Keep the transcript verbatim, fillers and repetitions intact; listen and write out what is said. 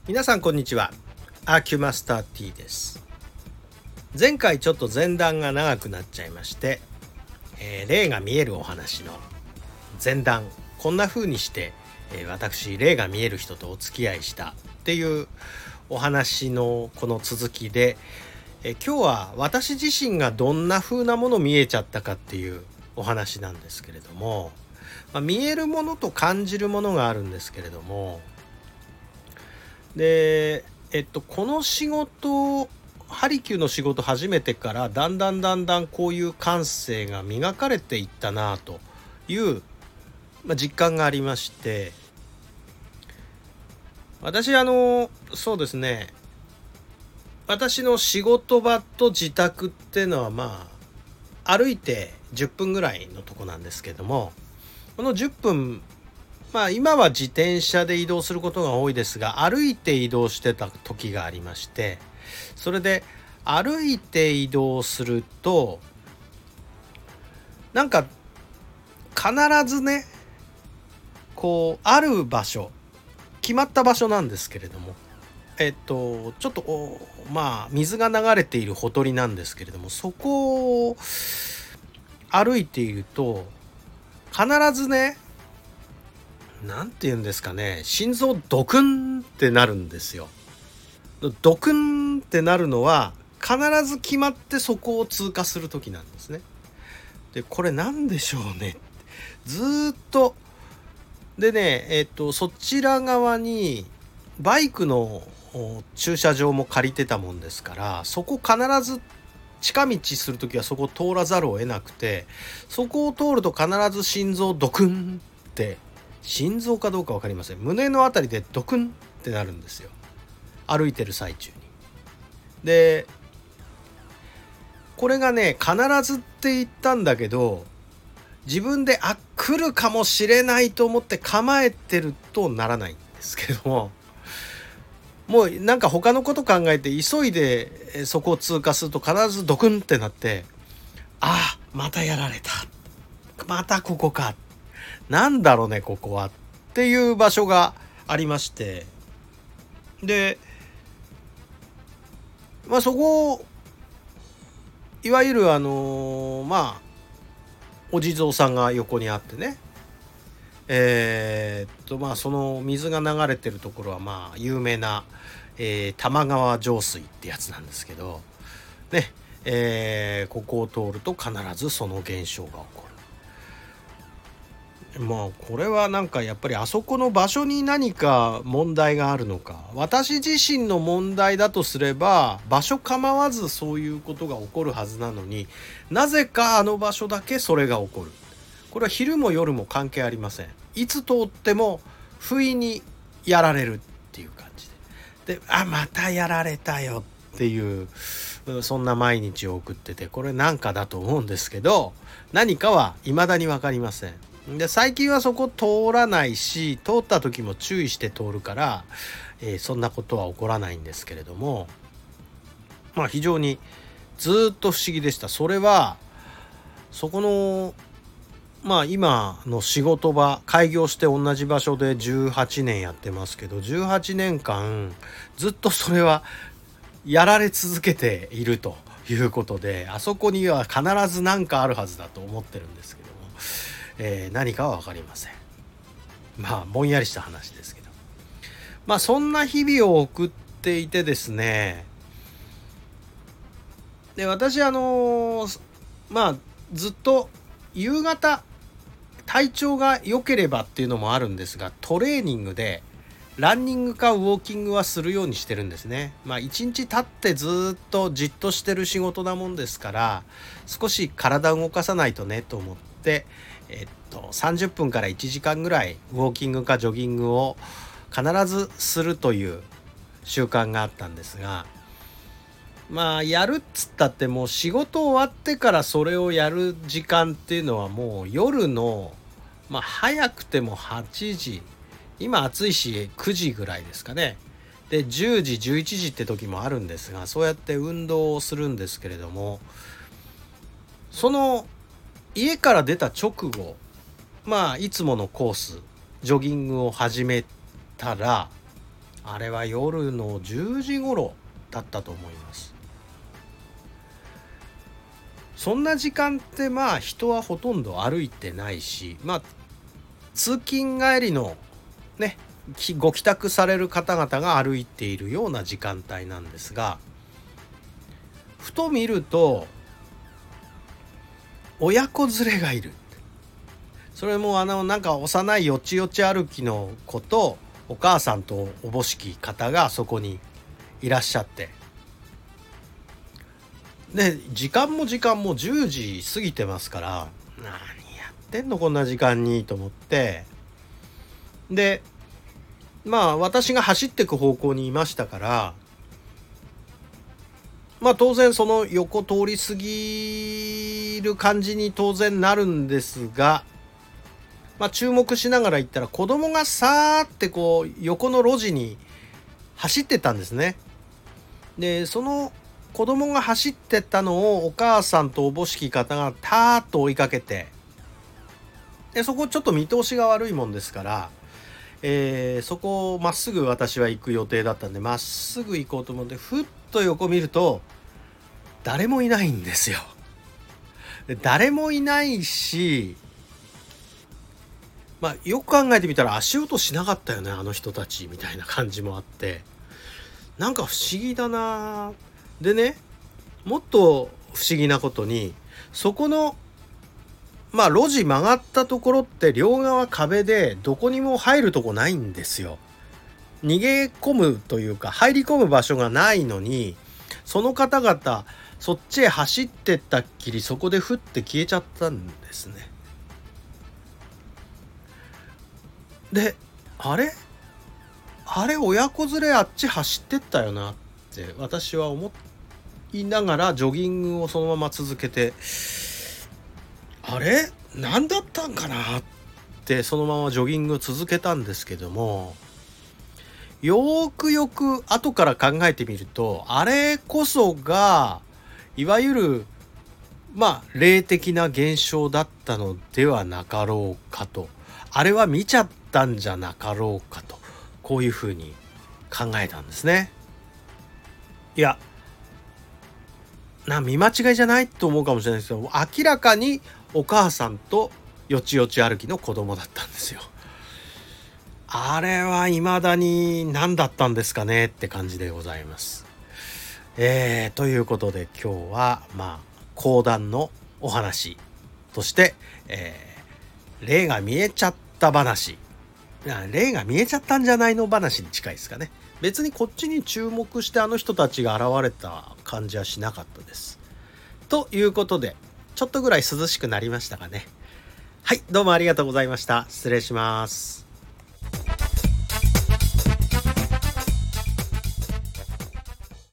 皆さんこんにちは。アーキュマスター T です。前回ちょっと前段が長くなっちゃいまして、えー、霊が見えるお話の前段、こんな風にして、えー、私霊が見える人とお付き合いしたっていうお話のこの続きで、えー、今日は私自身がどんな風なもの見えちゃったかっていうお話なんですけれども、まあ、見えるものと感じるものがあるんですけれども、でえっとこの仕事ハリキューの仕事始めてからだんだんだんだんこういう感性が磨かれていったなという、まあ、実感がありまして、私あのそうですね私の仕事場と自宅っていうのはまあ歩いてじゅっぷんぐらいのとこなんですけども、このじゅっぷん、まあ今は自転車で移動することが多いですが、歩いて移動してた時がありまして、それで歩いて移動するとなんか必ずねこうある場所、決まった場所なんですけれども、えっとちょっとまあ水が流れているほとりなんですけれども、そこを歩いていると必ずね、なんて言うんですかね、心臓ドクンってなるんですよ。ドクンってなるのは必ず決まってそこを通過する時なんですね。でこれなんでしょうね、ずっとでね、えっとそちら側にバイクの駐車場も借りてたもんですから、そこ必ず近道するときはそこを通らざるを得なくて、そこを通ると必ず心臓ドクンって、心臓かどうか分かりません、胸のあたりでドクンってなるんですよ、歩いてる最中に。でこれがね必ずって言ったんだけど、自分であ来るかもしれないと思って構えてるとならないんですけども、もうなんか他のこと考えて急いでそこを通過すると必ずドクンってなって、ああまたやられた、またここか、なんだろうねここはっていう場所がありまして、でまあそこいわゆるあのー、まあお地蔵さんが横にあってね、えー、っとまあその水が流れてるところはまあ有名な、えー、玉川上水ってやつなんですけどね、えー、ここを通ると必ずその現象が起こる。まあこれはなんかやっぱりあそこの場所に何か問題があるのか、私自身の問題だとすれば場所構わずそういうことが起こるはずなのに、なぜかあの場所だけそれが起こる。これは昼も夜も関係ありません。いつ通っても不意にやられるっていう感じで、であまたやられたよっていう、そんな毎日を送ってて、これなんかだと思うんですけど、何かは未だに分かりません。で最近はそこ通らないし、通った時も注意して通るから、えー、そんなことは起こらないんですけれども、まあ非常にずっと不思議でした。それはそこのまあ今の仕事場、開業して同じ場所でじゅうはちねんやってますけど、じゅうはちねんかんずっとそれはやられ続けているということで、あそこには必ず何かあるはずだと思ってるんですけども、えー、何かは分かりません。まあぼんやりした話ですけど、まあそんな日々を送っていてですね、で私あのー、まあずっと夕方体調が良ければっていうのもあるんですが、トレーニングでランニングかウォーキングはするようにしてるんですね。まあ一日経ってずっとじっとしてる仕事なもんですから、少し体を動かさないとねと思って、えっとさんじゅっぷんからいちじかんぐらいウォーキングかジョギングを必ずするという習慣があったんですが、まあやるっつったってもう仕事終わってからそれをやる時間っていうのはもう夜のまあ早くてもはちじ、今暑いしくじぐらいですかね。でじゅうじじゅういちじって時もあるんですが、そうやって運動をするんですけれども、その家から出た直後、まあいつものコースジョギングを始めたら、 あれは夜のじゅうじ頃だったと思います。そんな時間ってまあ人はほとんど歩いてないし、まあ通勤帰りのねご帰宅される方々が歩いているような時間帯なんですが、ふと見ると親子連れがいる。それもあのなんか幼いよちよち歩きの子とお母さんとおぼしき方がそこにいらっしゃって、で時間も時間もじゅうじ過ぎてますから、何やってんのこんな時間にと思って、でまあ私が走ってく方向にいましたから、まあ当然その横通り過ぎる感じに当然なるんですが、まあ注目しながら行ったら子供がさーってこう横の路地に走ってったんですね。でその子供が走ってったのをお母さんとおぼしき方がターッと追いかけて、でそこちょっと見通しが悪いもんですから、えー、そこをまっすぐ私は行く予定だったんで、まっすぐ行こうと思ってふっと横見ると誰もいないんですよ。で誰もいないし、まあよく考えてみたら足音しなかったよねあの人たちみたいな感じもあって、なんか不思議だな。でね、もっと不思議なことに、そこのまあ路地曲がったところって両側壁でどこにも入るとこないんですよ。逃げ込むというか入り込む場所がないのに、その方々そっちへ走ってったっきりそこでふって消えちゃったんですね。であれあれ親子連れあっち走ってったよなって私は思いながらジョギングをそのまま続けて、あれ何だったんかなってそのままジョギングを続けたんですけども、よーくよく後から考えてみると、あれこそがいわゆるまあ霊的な現象だったのではなかろうかと、あれは見ちゃったんじゃなかろうかと、こういうふうに考えたんですね。いやな見間違いじゃないと思うかもしれないですけど、明らかにお母さんとよちよち歩きの子供だったんですよ。あれは未だに何だったんですかねって感じでございます。えー、ということで今日はまあ講談のお話として、えー、霊が見えちゃった話、霊が見えちゃったんじゃないの話に近いですかね。別にこっちに注目してあの人たちが現れた感じはしなかったです。ということでちょっとぐらい涼しくなりましたかね。はい、どうもありがとうございました。失礼します。